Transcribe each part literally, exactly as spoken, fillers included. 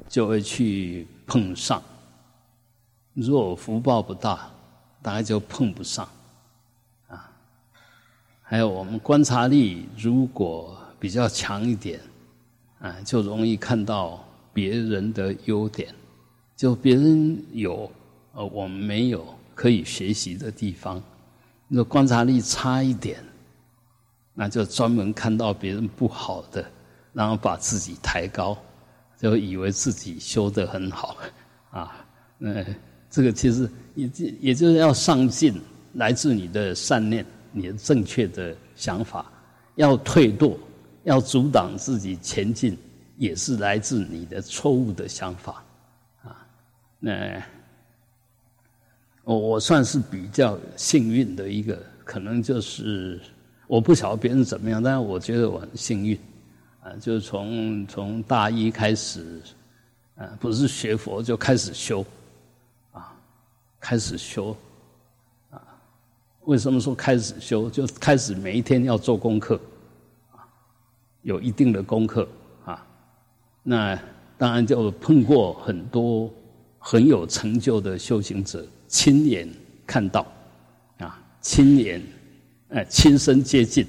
就会去碰上。如果福报不大，大概就碰不上啊。还有我们观察力如果比较强一点啊，就容易看到别人的优点，就别人有呃我们没有可以学习的地方。如果观察力差一点，那就专门看到别人不好的，然后把自己抬高，就以为自己修得很好啊。呃，这个其实也也就是要上进，来自你的善念，你的正确的想法。要退堕，要阻挡自己前进，也是来自你的错误的想法啊。那我我算是比较幸运的一个，可能就是我不晓得别人怎么样，但是我觉得我很幸运啊，就是从从大一开始，啊，不是学佛就开始修，啊，开始修，啊，为什么说开始修？就开始每一天要做功课，啊，有一定的功课啊，那当然就碰过很多很有成就的修行者。亲眼看到，啊，亲眼，呃，亲身接近，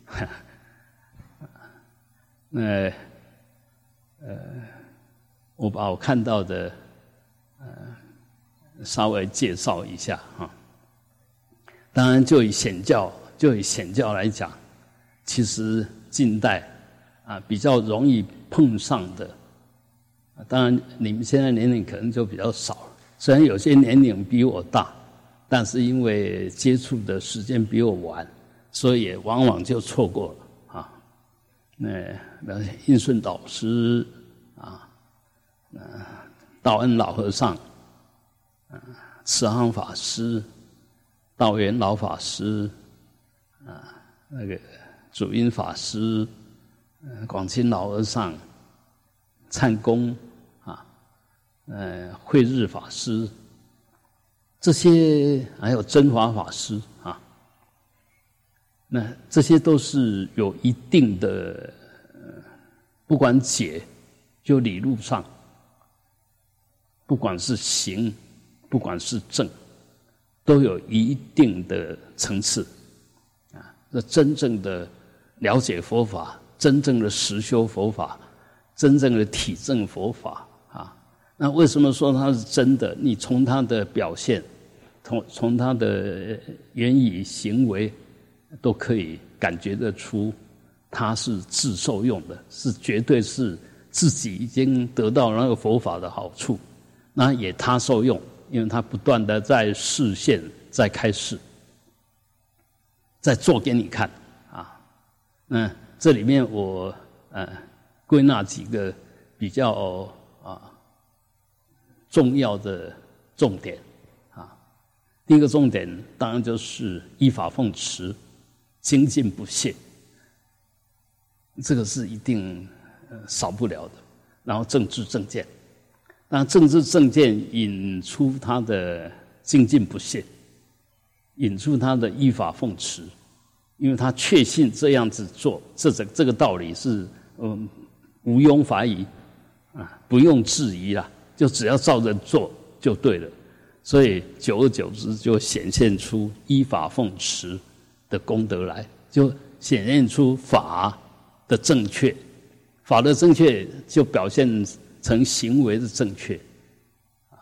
那，呃，我把我看到的，呃，稍微介绍一下哈。当然，就以显教，就以显教来讲，其实近代啊比较容易碰上的，当然你们现在年龄可能就比较少了。虽然有些年龄比我大，但是因为接触的时间比我晚，所以也往往就错过了啊。那印顺导师啊，呃，道恩老和尚，呃，慈航法师，道元老法师，啊，那个主因法师，呃，广钦老和尚，灿公。呃，慧日法师，这些还有真华法师啊，那这些都是有一定的，呃，不管解，就理路上，不管是行，不管是正，都有一定的层次啊。这真正的了解佛法，真正的实修佛法，真正的体证佛法。那为什么说它是真的？你从它的表现，从从它的言语行为，都可以感觉得出，它是自受用的，是绝对是自己已经得到那个佛法的好处，那也他受用，因为他不断的在示现，在开示，在做给你看啊。那这里面我呃归纳几个比较啊。重要的重点啊，第一个重点当然就是依法奉持，精进不懈，这个是一定呃少不了的。然后政治正见，那政治正见引出他的精进不懈，引出他的依法奉持，因为他确信这样子做，这这这个道理是嗯毋庸怀疑啊，不用质疑啦。就只要照着做就对了，所以久而久之就显现出依法奉持的功德来，就显现出法的正确，法的正确就表现成行为的正确，啊，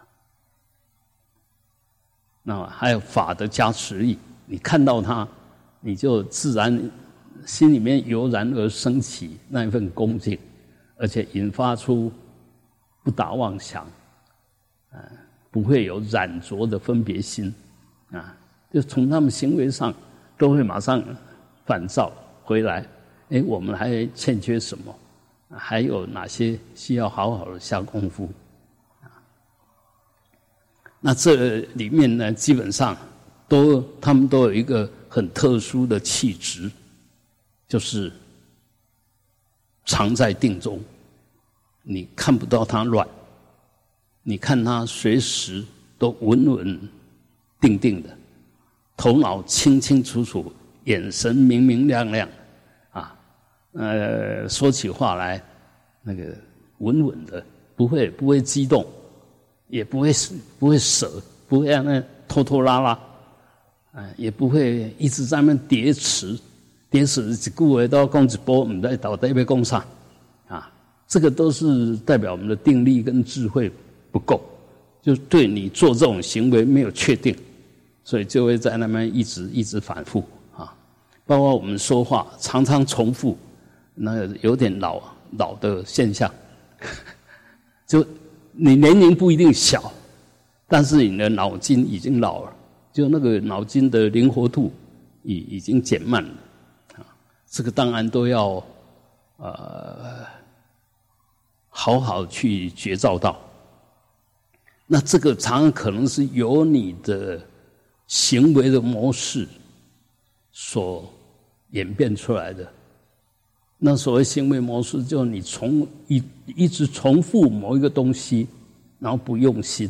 那么还有法的加持力，你看到它，你就自然心里面油然而升起那一份恭敬，而且引发出不打妄想，呃，不会有染浊的分别心，啊，就从他们行为上都会马上反照回来。哎，我们还欠缺什么？还有哪些需要好好的下功夫？啊，那这里面呢，基本上都他们都有一个很特殊的气质，就是常在定中。你看不到他乱，你看他随时都稳稳定定的，头脑清清楚楚，眼神明明亮亮，啊，呃，说起话来那个稳稳的， 不会不会激动，也不会不会舍，不会让那拖拖拉拉，啊，也不会一直在那边叠词，叠词一句话都要讲一波，唔知到底要讲啥啊？这个都是代表我们的定力跟智慧不够，就对你做这种行为没有确定，所以就会在那边一直一直反复啊。包括我们说话常常重复，那个有点老老的现象，就你年龄不一定小，但是你的脑筋已经老了，就那个脑筋的灵活度已已经减慢了啊。这个当然都要呃好好去觉照到。那这个常常可能是由你的行为的模式所演变出来的。那所谓行为模式，就是你重一一直重复某一个东西，然后不用心，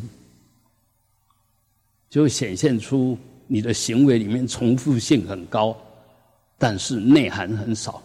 就会显现出你的行为里面重复性很高，但是内涵很少。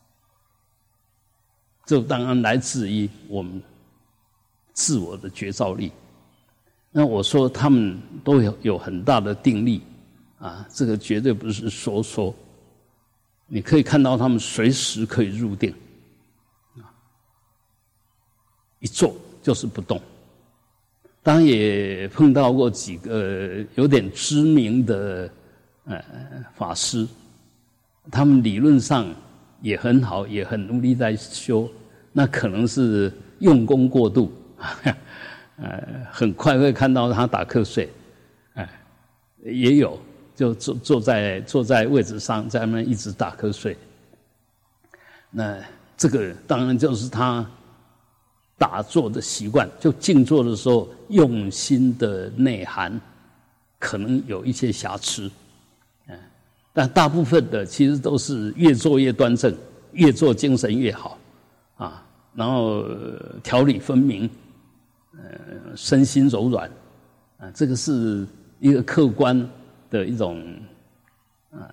这当然来自于我们自我的觉照力。那我说他们都有有很大的定力啊，这个绝对不是说说。你可以看到他们随时可以入定，啊，一坐就是不动。当然也碰到过几个有点知名的呃法师，他们理论上也很好，也很努力在修，那可能是用功过度。呃，很快会看到他打瞌睡，哎、呃，也有就坐坐在坐在位置上，在那边一直打瞌睡。那这个当然就是他打坐的习惯，就静坐的时候用心的内涵可能有一些瑕疵，嗯、呃，但大部分的其实都是越做越端正，越做精神越好啊，然后、呃、条理分明。呃，身心柔软，啊，这个是一个客观的一种啊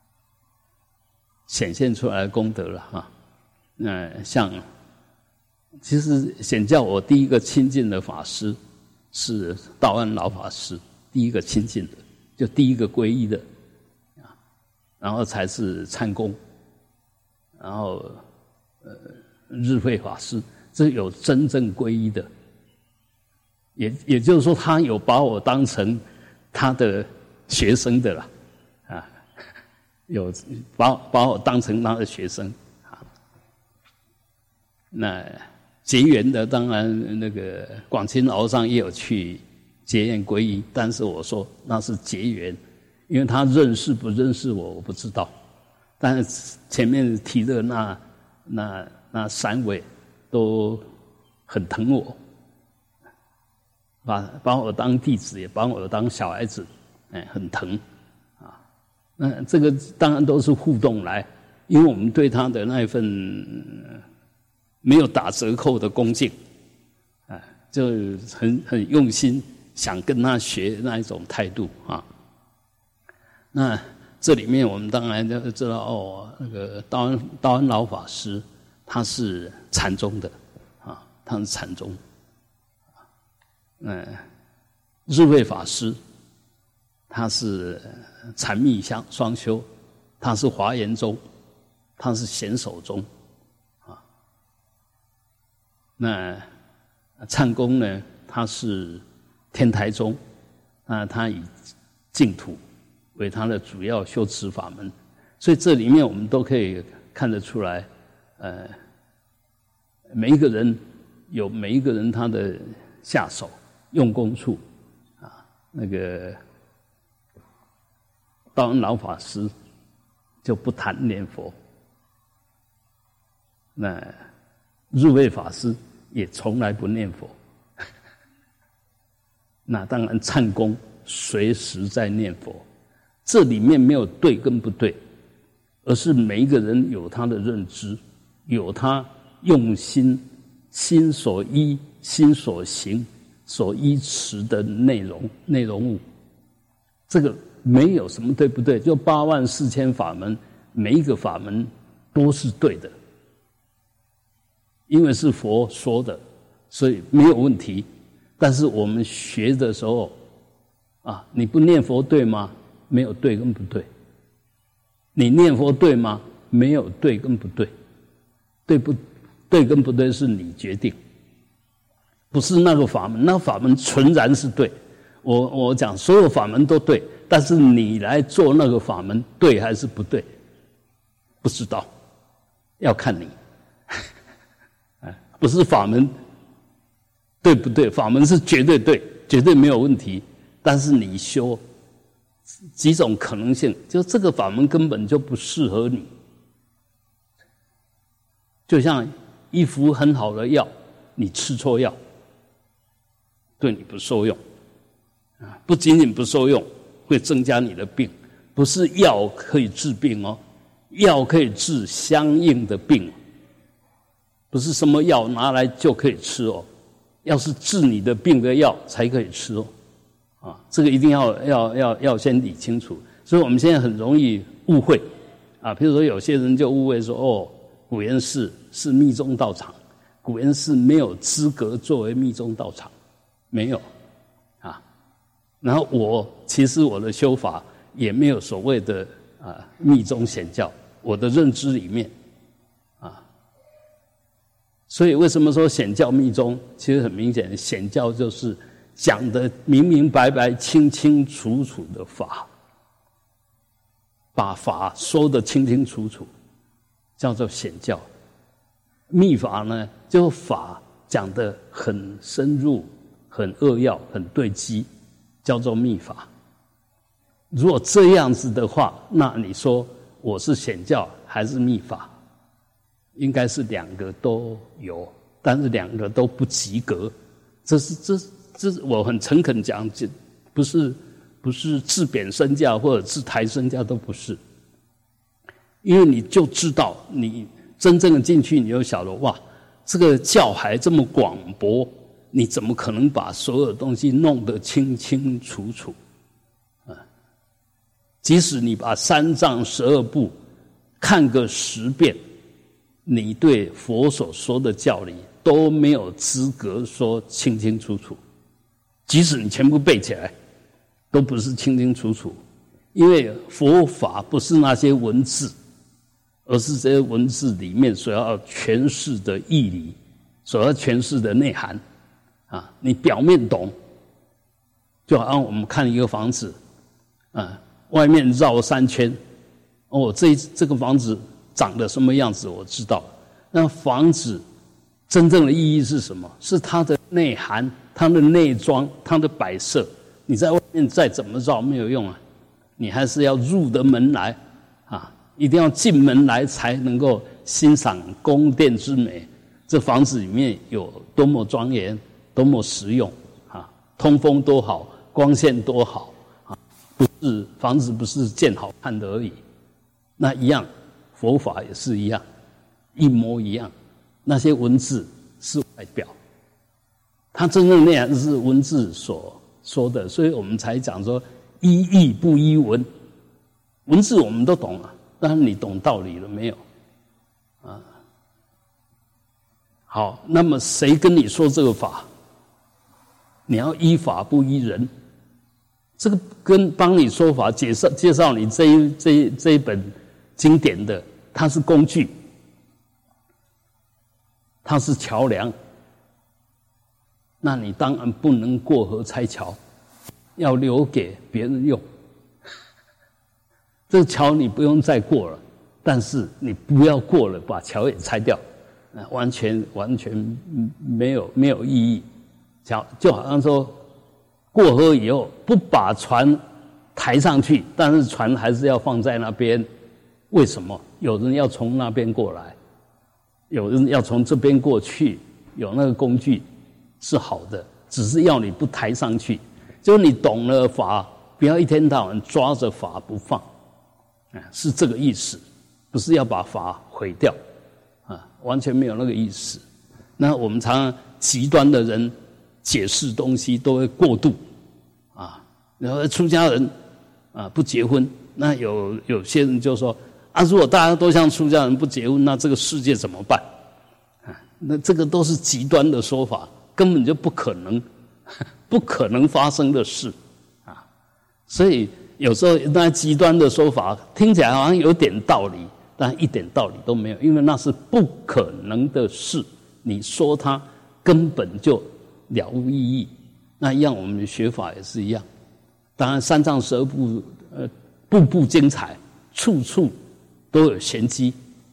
显现出来的功德了哈。那、呃、像，其实显教我第一个亲近的法师是道安老法师，第一个亲近的，就第一个皈依的，啊，然后才是禅公，然后呃日慧法师，这有真正皈依的。也也就是说，他有把我当成他的学生的啦，啊，有把把我当成他的学生啊。那结缘的，当然那个广清鳌上也有去结缘皈依，但是我说那是结缘，因为他认识不认识我，我不知道。但是前面提的那那那三位都很疼我。把把我当弟子，也把我当小孩子，哎，很疼啊。那这个当然都是互动来，因为我们对他的那一份没有打折扣的恭敬，哎，就很很用心想跟他学那一种态度啊。那这里面我们当然就知道哦，那个道安道安老法师他是禅宗的啊，他是禅宗。嗯，日慧法师，他是禅密相双修，他是华严宗，他是显首宗，啊，那禅公呢，他是天台宗，那他以净土为他的主要修持法门，所以这里面我们都可以看得出来，呃，每一个人有每一个人他的下手。用功处啊，那个道安老法师就不谈念佛，那入慧法师也从来不念佛。那当然禅公随时在念佛，这里面没有对跟不对，而是每一个人有他的认知，有他用心心所依心所行所依持的内容内容物，这个没有什么对不对，就八万四千法门，每一个法门都是对的，因为是佛说的， 所以没有问题。但是我们学的时候啊，你不念佛对吗？没有对跟不对。你念佛对吗？没有对跟不对。对不对跟不对是你决定，不是那个法门。那个法门纯然是对。我我讲所有法门都对，但是你来做那个法门对还是不对，不知道，要看你。不是法门对不对，法门是绝对对，绝对没有问题。但是你修几种可能性，就这个法门根本就不适合你。就像一副很好的药，你吃错药，对你不受用啊！不仅仅不受用，会增加你的病。不是药可以治病哦，药可以治相应的病，不是什么药拿来就可以吃哦。要是治你的病的药才可以吃哦，啊，这个一定要要要要先理清楚。所以我们现在很容易误会啊，比如说有些人就误会说，哦，古岩寺是密宗道场，古岩寺没有资格作为密宗道场，没有啊。然后我其实我的修法也没有所谓的啊密宗显教，我的认知里面啊，所以为什么说显教密宗？其实很明显，显教就是讲得明明白白、清清楚楚的法，把法说得清清楚楚，叫做显教。密法呢，就法讲得很深入、很扼要、很对机，叫做密法。如果这样子的话，那你说我是显教还是密法？应该是两个都有，但是两个都不及格。这是这这是我很诚恳讲，这不是不是自贬身价或者自抬身价，都不是。因为你就知道，你真正的进去，你就晓得哇，这个教还这么广博，你怎么可能把所有东西弄得清清楚楚？啊，即使你把三藏十二部看个十遍，你对佛所说的教理都没有资格说清清楚楚。即使你全部背起来，都不是清清楚楚，因为佛法不是那些文字，而是这些文字里面所要诠释的义理，所要诠释的内涵啊。你表面懂，就好像我们看一个房子啊，外面绕三圈，哦，这这个房子长得什么样子我知道。那房子真正的意义是什么？是它的内涵、它的内装、它的摆设。你在外面再怎么绕没有用啊，你还是要入得门来啊，一定要进门来才能够欣赏宫殿之美。这房子里面有多么庄严，多么实用啊，通风多好，光线多好啊，不是房子不是建好看的而已。那一样，佛法也是一样，一模一样。那些文字是外表，它真正内涵是文字所说的，所以我们才讲说依义不依文。文字我们都懂啊，但是你懂道理了没有？啊，好，那么谁跟你说这个法？你要依法不依人。这个跟帮你说法、介绍介绍你这一这一这一本经典的，它是工具。它是桥梁，那你当然不能过河拆桥，要留给别人用。这个桥你不用再过了，但是你不要过了，把桥也拆掉，完全完全没有没有意义。桥就好像说，过河以后不把船抬上去，但是船还是要放在那边。为什么？有人要从那边过来。有人要从这边过去，有那个工具是好的，只是要你不抬上去。就是你懂了法，不要一天到晚抓着法不放，是这个意思，不是要把法毁掉啊，完全没有那个意思。那我们常常极端的人解释东西都会过度啊，然后出家人啊不结婚，那有有些人就说。啊，如果大家都像出家人不结婚，那这个世界怎么办？啊，那这个都是极端的说法， 根本就不可能，不可能发生的事啊。所以有时候那极端的说法听起来好像有点道理，但一点道理都没有，因为那是不可能的事。你说它根本就了无意义。那一样，我们的学法也是一样。当然，三藏十二部，呃，步步精彩，处处都有玄机。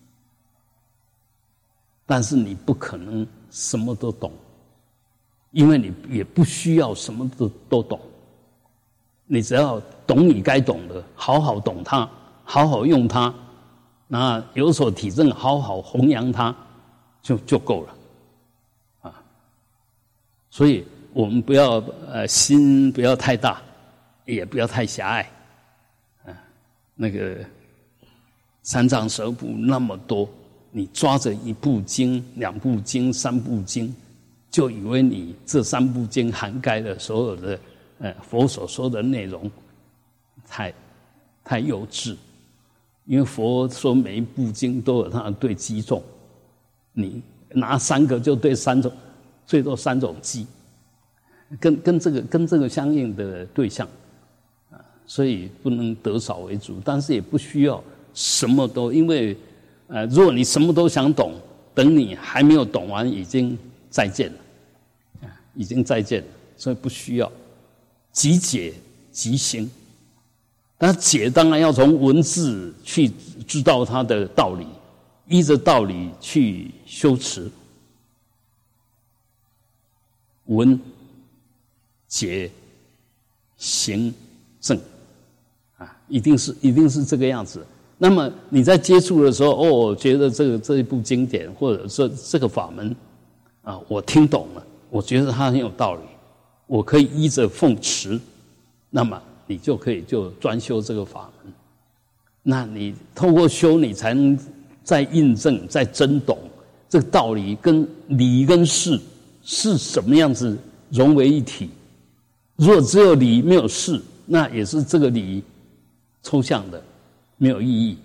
但是你不可能什么都懂，因为你也不需要什么都都懂。你只要懂你该懂的，好好懂它，好好用它，那有所体证，好好弘扬它，就就够了，啊！所以我们不要呃心不要太大，也不要太狭隘，啊，那个三藏十二部那么多，你抓着一部经、两部经、三部经，就以为你这三部经涵盖了所有的呃佛所说的内容，太太幼稚。因为佛说每一部经都有它的对机众，你拿三个就对三种，最多三种机，跟跟这个跟这个相应的对象啊，所以不能得少为主，但是也不需要什么都，因为呃，如果你什么都想懂，等你还没有懂完，已经再见了，啊，已经再见了，所以不需要即解即行。但解当然要从文字去知道它的道理，依着道理去修持。文、解、行、证，啊，一定是一定是这个样子。那么你在接触的时候，哦，我觉得这个这一部经典，或者说这个法门，啊，我听懂了，我觉得它很有道理，我可以依着奉持，那么你就可以就专修这个法门。那你透过修，你才能再印证、再真懂这个道理跟理跟事是什么样子融为一体。如果只有理没有事，那也是这个理抽象的，没有意义。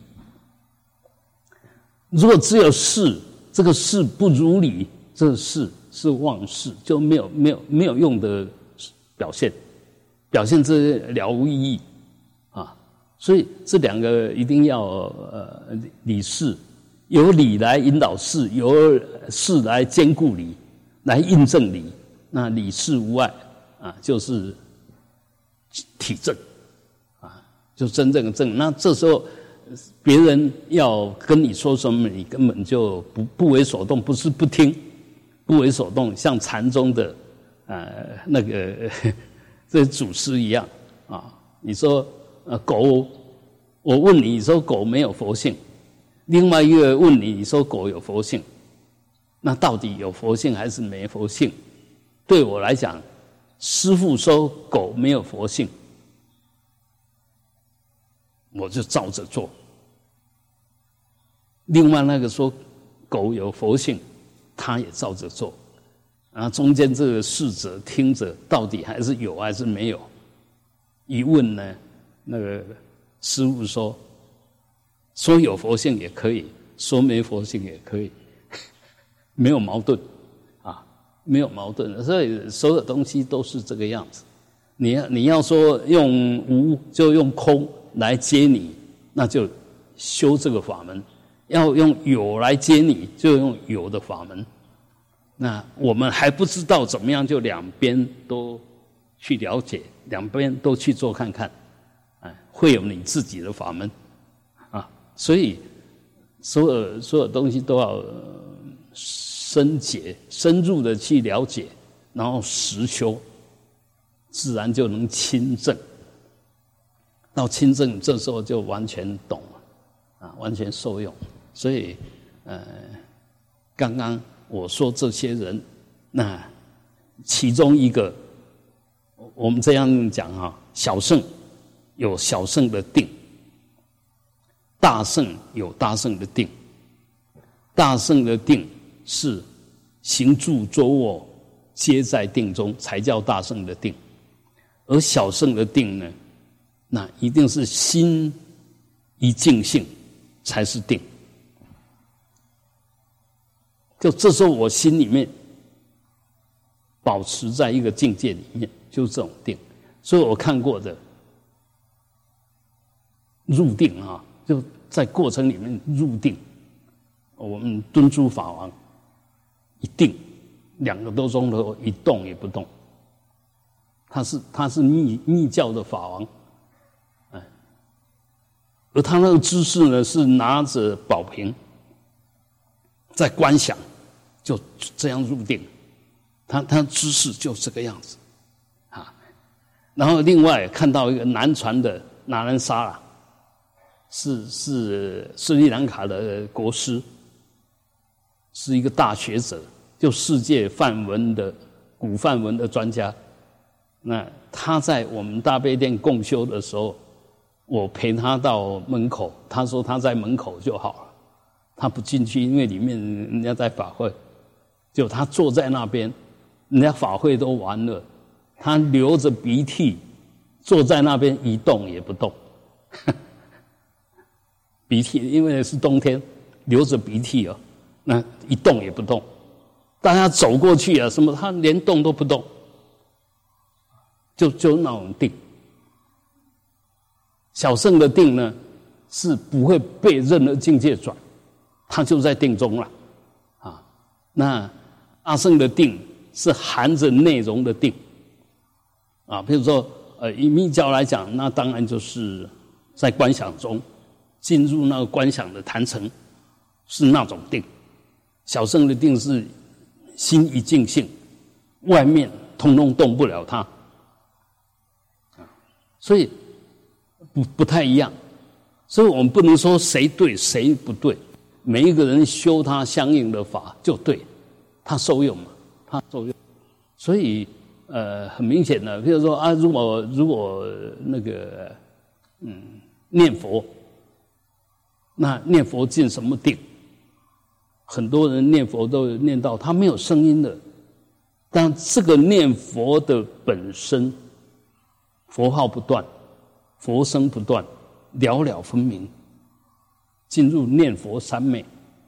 如果只有事，这个事不如理，这个事是妄事，就没有没有没有用的表现，表现这了无意义啊！所以这两个一定要呃理事，由理来引导事，由事来兼顾理，来印证理。那理事无碍啊，就是体证啊，就真正的证。那这时候别人要跟你说什么，你根本就不不为所动，不是不听，不为所动，像禅宗的呃那个这祖师一样啊。你说呃狗，我问你，你说狗没有佛性，另外一个问你，你说狗有佛性，那到底有佛性还是没佛性？对我来讲，师父说狗没有佛性，我就照着做。另外那个说狗有佛性，他也照着做。然后中间这个侍者听着，到底还是有还是没有？一问呢，那个师父说，说有佛性也可以，说没佛性也可以，没有矛盾啊，没有矛盾。所以所有东西都是这个样子。你要你要说用无就用空来接你，那就修这个法门；要用有来接你，就用有的法门。那我们还不知道怎么样，就两边都去了解，两边都去做看看，哎，会有你自己的法门啊。所以所有所有东西都要深解、深入的去了解，然后实修，自然就能亲证。到亲证，这时候就完全懂了啊，完全受用。所以，呃，刚刚我说这些人，那其中一个，我们这样讲哈，小圣有小圣的定，大圣有大圣的定。大圣的定是行住坐卧皆在定中，才叫大圣的定。而小圣的定呢，那一定是心一净性才是定。就这时候我心里面保持在一个境界里面，就是这种定。所以我看过的入定啊，就在过程里面入定。我们敦珠法王一定两个多钟头一动也不动，他是他是密密教的法王，哎，而他那个姿势呢是拿着宝瓶在观想，就这样入定，他他姿势就这个样子啊。然后另外看到一个南传的那兰沙拉，是是斯里兰卡的国师。是一个大学者，就世界梵文的古梵文的专家。那他在我们大悲殿共修的时候，我陪他到门口，他说他在门口就好了，他不进去，因为里面人家在法会。就他坐在那边，人家法会都完了，他流着鼻涕坐在那边一动也不动。鼻涕，因为是冬天，流着鼻涕哦。那一动也不动，大家走过去啊，什么他连动都不动，就就那种定。小乘的定呢，是不会被任何境界转，他就在定中了啊。那大乘的定是含着内容的定啊，比如说呃，以密教来讲，那当然就是在观想中进入那个观想的坛城，是那种定。小乘的定是心一净性，外面通通动不了它，所以不不太一样。所以我们不能说谁对谁不对，每一个人修他相应的法就对，他受用嘛，他受用。所以呃，很明显的，比如说啊，如果如果那个嗯念佛，那念佛进什么定？很多人念佛都念到他没有声音的，但这个念佛的本身，佛号不断，佛声不断，了了分明，进入念佛三昧，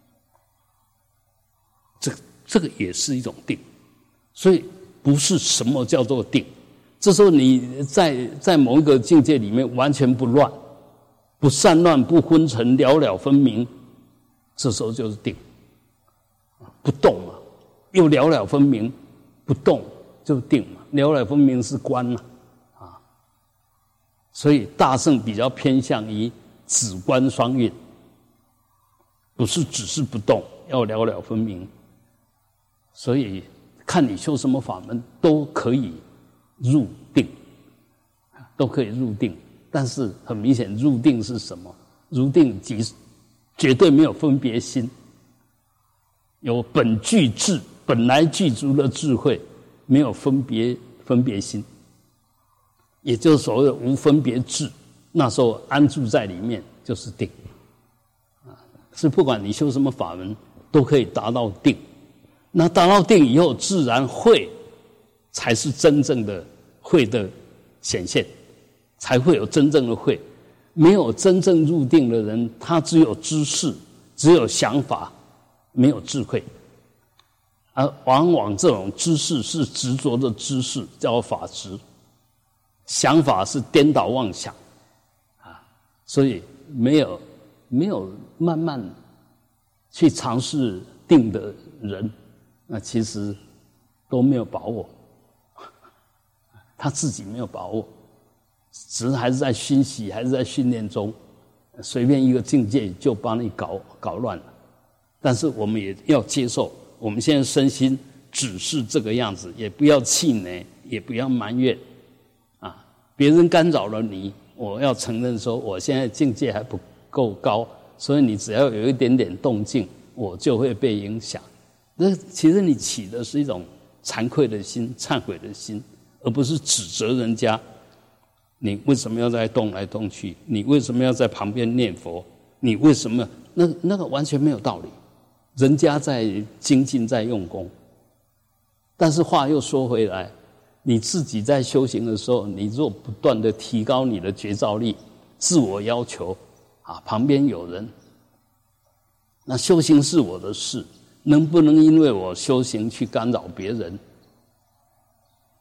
这这个也是一种定。所以不是什么叫做定，这时候你在在某一个境界里面完全不乱，不散乱，不昏沉，了了分明，这时候就是定。不动嘛，又了了分明，不动就定嘛，了了分明是观嘛，啊，所以大乘比较偏向于止观双运，不是只是不动，要了了分明。所以看你修什么法门都可以入定，都可以入定，但是很明显入定是什么？入定即绝对没有分别心。有本具智，本来具足的智慧，没有分别分别心，也就是所谓的无分别智。那时候安住在里面就是定，啊，是不管你修什么法门，都可以达到定。那达到定以后，自然慧才是真正的慧的显现，才会有真正的慧。没有真正入定的人，他只有知识，只有想法。没有智慧，而往往这种知识是执着的知识，叫法执；想法是颠倒妄想，啊，所以没有没有慢慢去尝试定的人，那其实都没有把握，他自己没有把握，只是还是在熏习，还是在训练中，随便一个境界就把你搞搞乱了。但是我们也要接受，我们现在身心只是这个样子，也不要气馁，也不要埋怨，啊，别人干扰了你，我要承认说我现在境界还不够高，所以你只要有一点点动静，我就会被影响。那其实你起的是一种惭愧的心、忏悔的心，而不是指责人家。你为什么要在动来动去？你为什么要在旁边念佛？你为什么？那那个完全没有道理。人家在精进，在用功，但是话又说回来，你自己在修行的时候，你若不断的提高你的觉照力，自我要求啊，旁边有人，那修行是我的事，能不能因为我修行去干扰别人？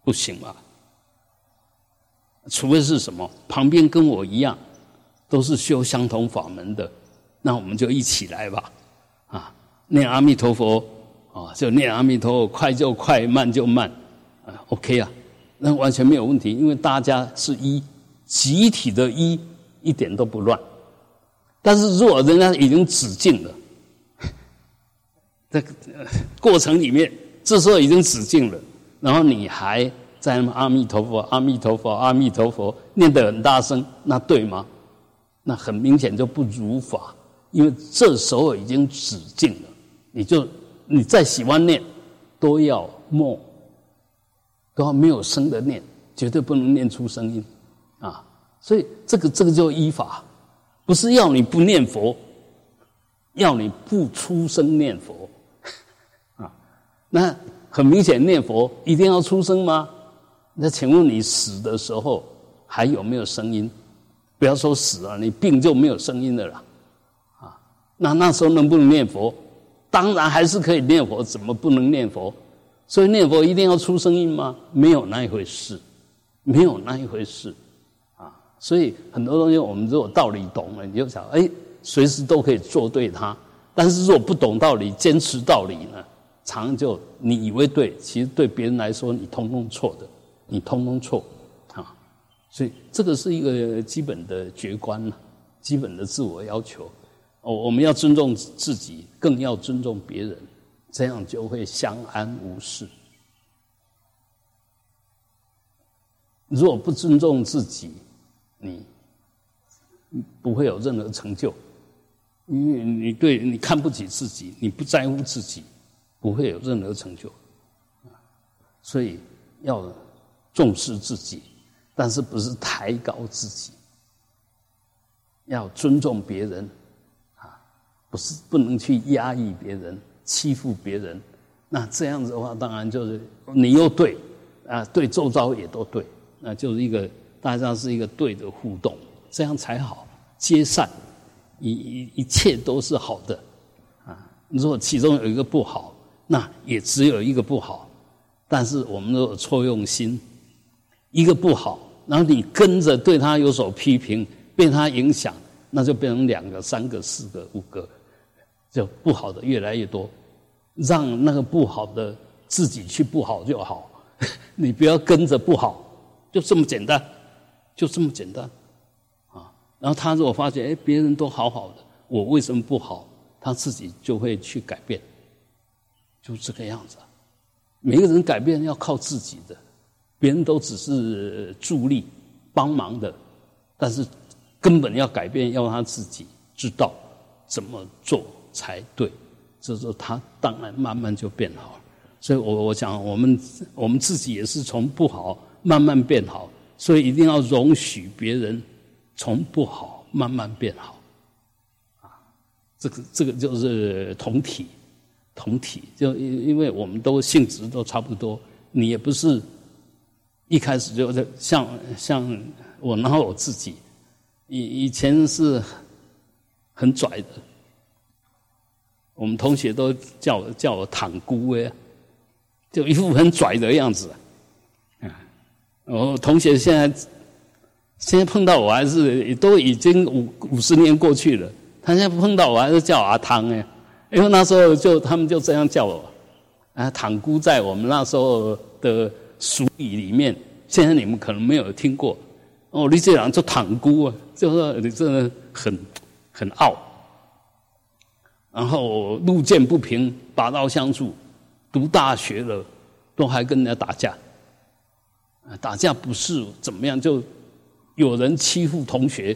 不行吧？除非是什么旁边跟我一样都是修相同法门的，那我们就一起来吧。啊，念阿弥陀佛啊，就念阿弥陀佛，快就快，慢就慢，啊 ，OK 啊，那完全没有问题，因为大家是一，集体的一，一点都不乱。但是如果人家已经止境了，这个过程里面，这时候已经止境了，然后你还在那么阿弥陀佛、阿弥陀佛、阿弥陀佛念得很大声，那对吗？那很明显就不如法，因为这时候已经止境了。你就你再喜欢念，都要默，都要没有声的念，绝对不能念出声音啊！所以这个这个就依法，不是要你不念佛，要你不出声念佛啊！那很明显，念佛一定要出声吗？那请问你死的时候还有没有声音？不要说死了，你病就没有声音了啦，啊，那那时候能不能念佛？当然还是可以念佛，怎么不能念佛？所以念佛一定要出声音吗？没有那一回事，没有那一回事，啊，所以很多东西我们如果道理懂了，你就想，哎，随时都可以做对它。但是如果不懂道理，坚持道理呢，常常就你以为对，其实对别人来说你通通错的，你通通错。所以这个是一个基本的觉观，基本的自我要求。哦，我们要尊重自己，更要尊重别人，这样就会相安无事。如果不尊重自己，你不会有任何成就，因为你对你看不起自己，你不在乎自己，不会有任何成就。所以要重视自己。但是不是抬高自己，要尊重别人啊，不是不能去压抑别人、欺负别人。那这样子的话，当然就是你又对啊，对周遭也都对，那就是一个大家是一个对的互动，这样才好，皆善，一一一切都是好的啊。如果其中有一个不好，那也只有一个不好。但是我们如果错用心。一个不好，然后你跟着对他有所批评，被他影响，那就变成两个、三个、四个、五个，就不好的越来越多。让那个不好的自己去不好就好，你不要跟着不好，就这么简单，就这么简单啊。然后他如果发现，哎，别人都好好的，我为什么不好？他自己就会去改变，就这个样子。每个人改变要靠自己的。别人都只是助力、帮忙的，但是根本要改变，要他自己知道怎么做才对。这时候他当然慢慢就变好了。所以我我想，我们我们自己也是从不好慢慢变好，所以一定要容许别人从不好慢慢变好。啊，这个这个就是同体，同体，就因为我们都性质都差不多，你也不是。一开始就像像我，然后我自己，以以前是很拽的，我们同学都叫我叫我堂姑哎，就一副很拽的样子。啊，我同学现在现在碰到我还是都已经五五十年过去了，他现在碰到我还是叫我阿汤哎，因为那时候就他们就这样叫我啊，堂姑在我们那时候的。俗语里面，现在你们可能没有听过哦。你这人做堂姑啊，就是你真的很很傲，然后路见不平，拔刀相助。读大学了，都还跟人家打架。打架不是怎么样，就有人欺负同学，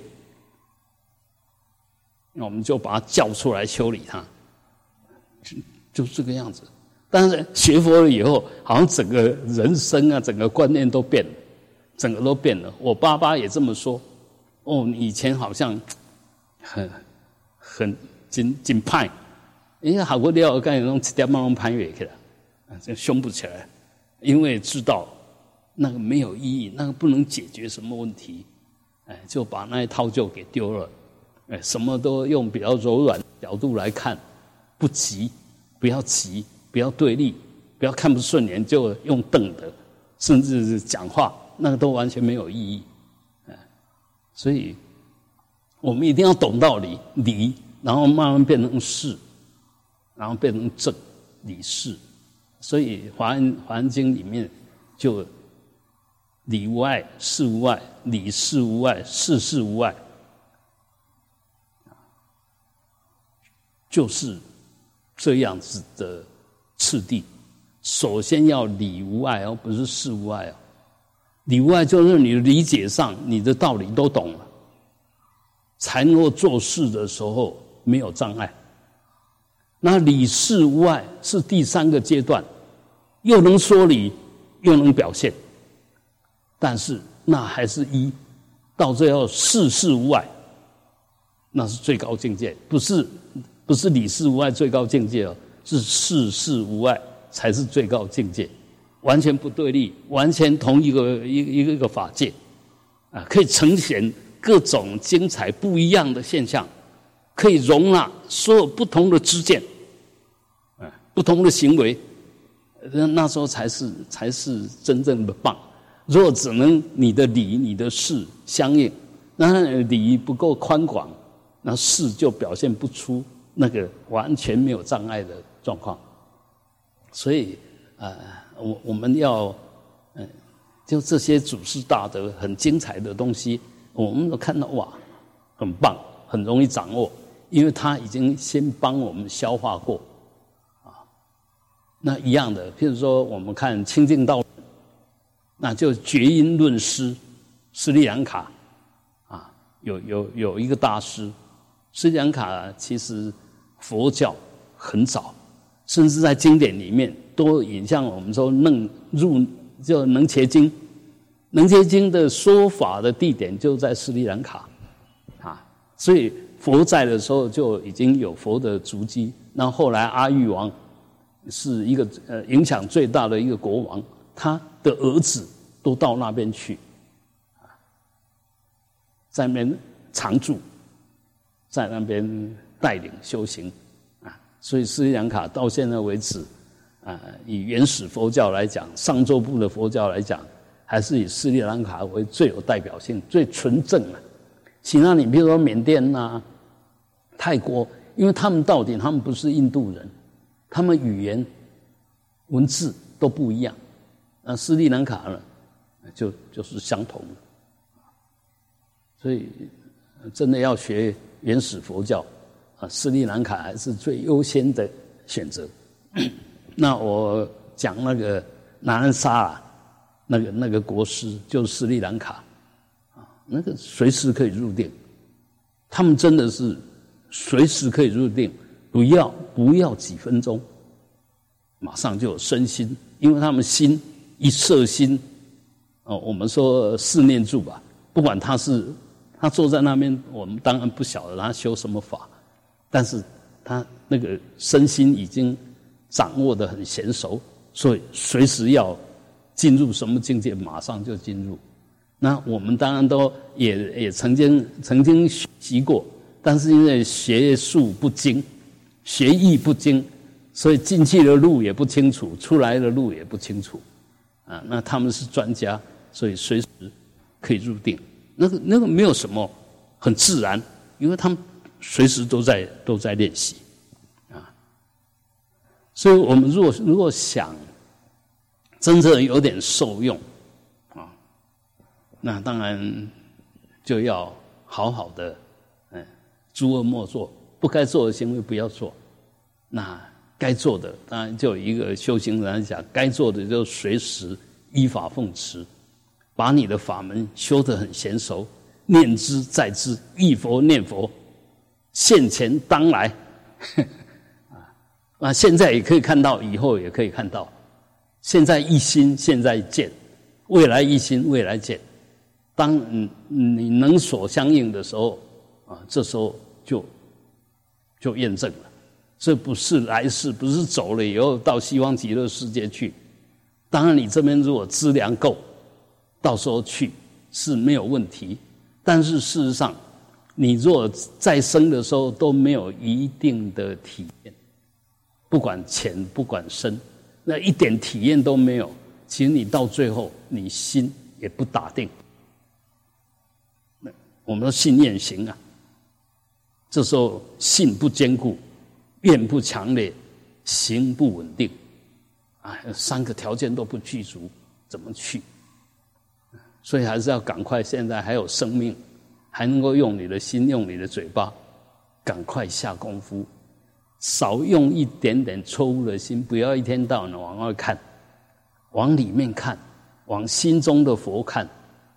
那我们就把他叫出来修理他，就就这个样子。但是学佛了以后，好像整个人生啊，整个观念都变了，整个都变了。我爸爸也这么说，哦，你以前好像很很紧紧派，因为好过了，干那种一点慢慢攀越起来，这凶不起来，因为知道那个没有意义，那个不能解决什么问题，哎，就把那一套就给丢了，哎，什么都用比较柔软的角度来看，不急，不要急。不要对立，不要看不顺眼就用瞪的， 甚至是讲话，那个都完全没有意义。所以我们一定要懂道理，理，然后慢慢变成事，然后变成正，理事。所以华严华严经里面就理无碍，事无碍，理事无碍，事事无碍，就是这样子的次第。首先要理无碍哦，不是事无碍哦。理无碍就是你的理解上，你的道理都懂了，才能够做事的时候没有障碍。那理事无碍是第三个阶段，又能说理，又能表现，但是那还是一，到最后事事无碍，那是最高境界，不是不是理事无碍最高境界哦，是事事无碍才是最高境界，完全不对立，完全同一个一个一个一个法界啊，可以呈现各种精彩不一样的现象，可以容纳所有不同的知见，啊，不同的行为，那时候才是才是真正的棒。如果只能你的理你的事相应，那理不够宽广，那事就表现不出那个完全没有障碍的状况。所以呃我我们要嗯就这些祖师大德很精彩的东西，我们都看到哇很棒，很容易掌握，因为他已经先帮我们消化过啊。那一样的，譬如说我们看清净道，那就觉音论师斯里兰卡啊，有有有一个大师，斯里兰卡其实佛教很早，甚至在经典里面都引像我们说能入就能切经，能切经的说法的地点就在斯里兰卡啊，所以佛在的时候就已经有佛的足迹。那后来阿育王是一个呃影响最大的一个国王，他的儿子都到那边去，在那边常住，在那边带领修行啊。所以斯里兰卡到现在为止啊，以原始佛教来讲，上座部的佛教来讲，还是以斯里兰卡为最有代表性、最纯正的。其他你比如说缅甸啊、泰国，因为他们到底他们不是印度人，他们语言、文字都不一样。那斯里兰卡呢，就就是相同的。所以真的要学原始佛教啊，斯里兰卡还是最优先的选择。那我讲那个南安沙啊，那个那个国师就是斯里兰卡啊，那个随时可以入定，他们真的是随时可以入定，不要不要几分钟，马上就有身心，因为他们心一摄心哦，我们说四念住吧，不管他是他坐在那边，我们当然不晓得他修什么法，但是他那个身心已经掌握得很娴熟，所以随时要进入什么境界，马上就进入。那我们当然都也也曾经曾经学习过，但是因为学术不精，学艺不精，所以进去的路也不清楚，出来的路也不清楚啊。那他们是专家，所以随时可以入定。那个那个没有什么，很自然，因为他们随时都在都在练习啊。所以我们如果如果想真正有点受用啊，那当然就要好好的嗯，诸恶莫作，不该做的行为不要做。那该做的当然就有一个修行人来讲，该做的就随时依法奉持，把你的法门修得很娴熟，念之在之，忆佛念佛，现前当来啊，现在也可以看到，以后也可以看到。现在一心，现在见；未来一心，未来见。当你能所相应的时候啊，这时候就就验证了。这不是来世，不是走了以后到西方极乐世界去。当然，你这边如果资粮够，到时候去是没有问题。但是事实上，你若再生的时候都没有一定的体验，不管浅不管深，那一点体验都没有， 其实你到最后，你心也不打定。我们说信愿行啊，这时候信不坚固，愿不强烈，行不稳定，啊，三个条件都不具足，怎么去？所以还是要赶快，现在还有生命，还能够用你的心，用你的嘴巴，赶快下功夫，少用一点点错误的心，不要一天到晚往外看，往里面看，往心中的佛看，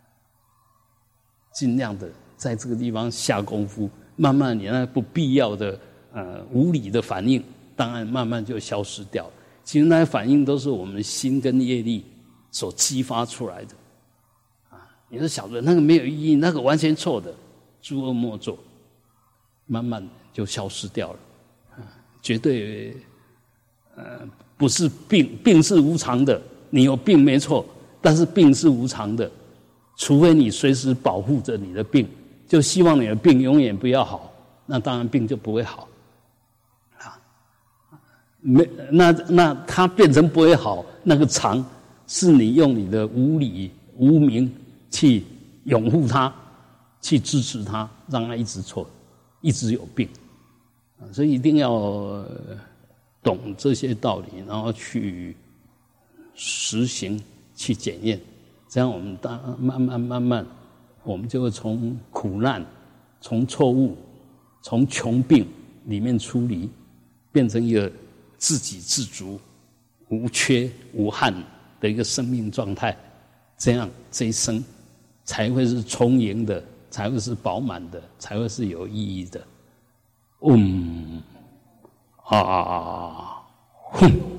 尽量的在这个地方下功夫，慢慢你那不必要的呃无理的反应，当然慢慢就消失掉了。其实那些反应都是我们心跟业力所激发出来的。你是晓得那个没有意义，那个完全错的，诸恶莫作，慢慢就消失掉了。绝对，呃，不是病，病是无常的，你有病没错，但是病是无常的，除非你随时保护着你的病，就希望你的病永远不要好，那当然病就不会好。啊，没，那那它变成不会好，那个常是你用你的无理无明去拥护他，去支持他，让他一直错，一直有病，所以一定要懂这些道理，然后去实行，去检验，这样我们大慢慢慢慢，我们就会从苦难、从错误、从穷病里面出离，变成一个自给自足、无缺无憾的一个生命状态，这样这一生才会是充盈的，才会是饱满的，才会是有意义的。嗯，啊啊啊，哼。